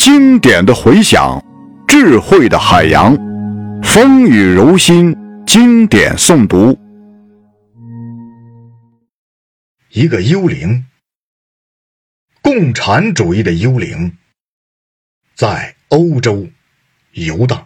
经典的回响，智慧的海洋，风雨柔心，经典诵读。 一个幽灵，共产主义的幽灵，在欧洲游荡。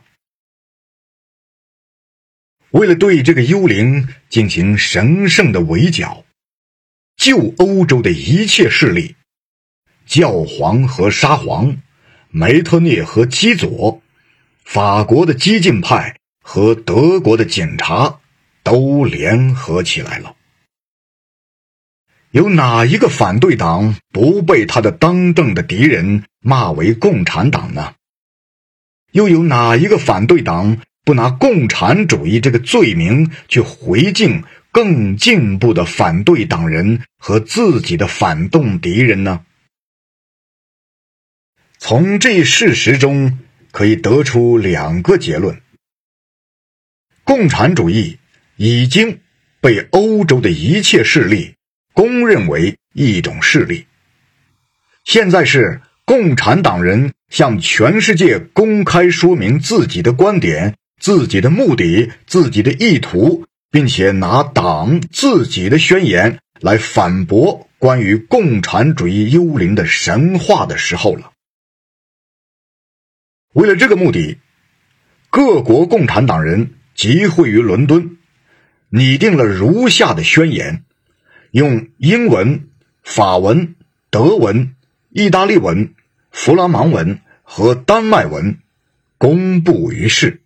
为了对这个幽灵进行神圣的围剿，救欧洲的一切势力，教皇和沙皇，梅特涅和基佐，法国的激进派和德国的警察都联合起来了。有哪一个反对党不被他的当政的敌人骂为共产党呢？又有哪一个反对党不拿共产主义这个罪名去回敬更进步的反对党人和自己的反动敌人呢？从这事实中可以得出两个结论：共产主义已经被欧洲的一切势力公认为一种势力，现在是共产党人向全世界公开说明自己的观点、自己的目的、自己的意图，并且拿党自己的宣言来反驳关于共产主义幽灵的神话的时候了。为了这个目的，各国共产党人集会于伦敦，拟定了如下的宣言，用英文、法文、德文、意大利文、弗拉芒文和丹麦文公布于世。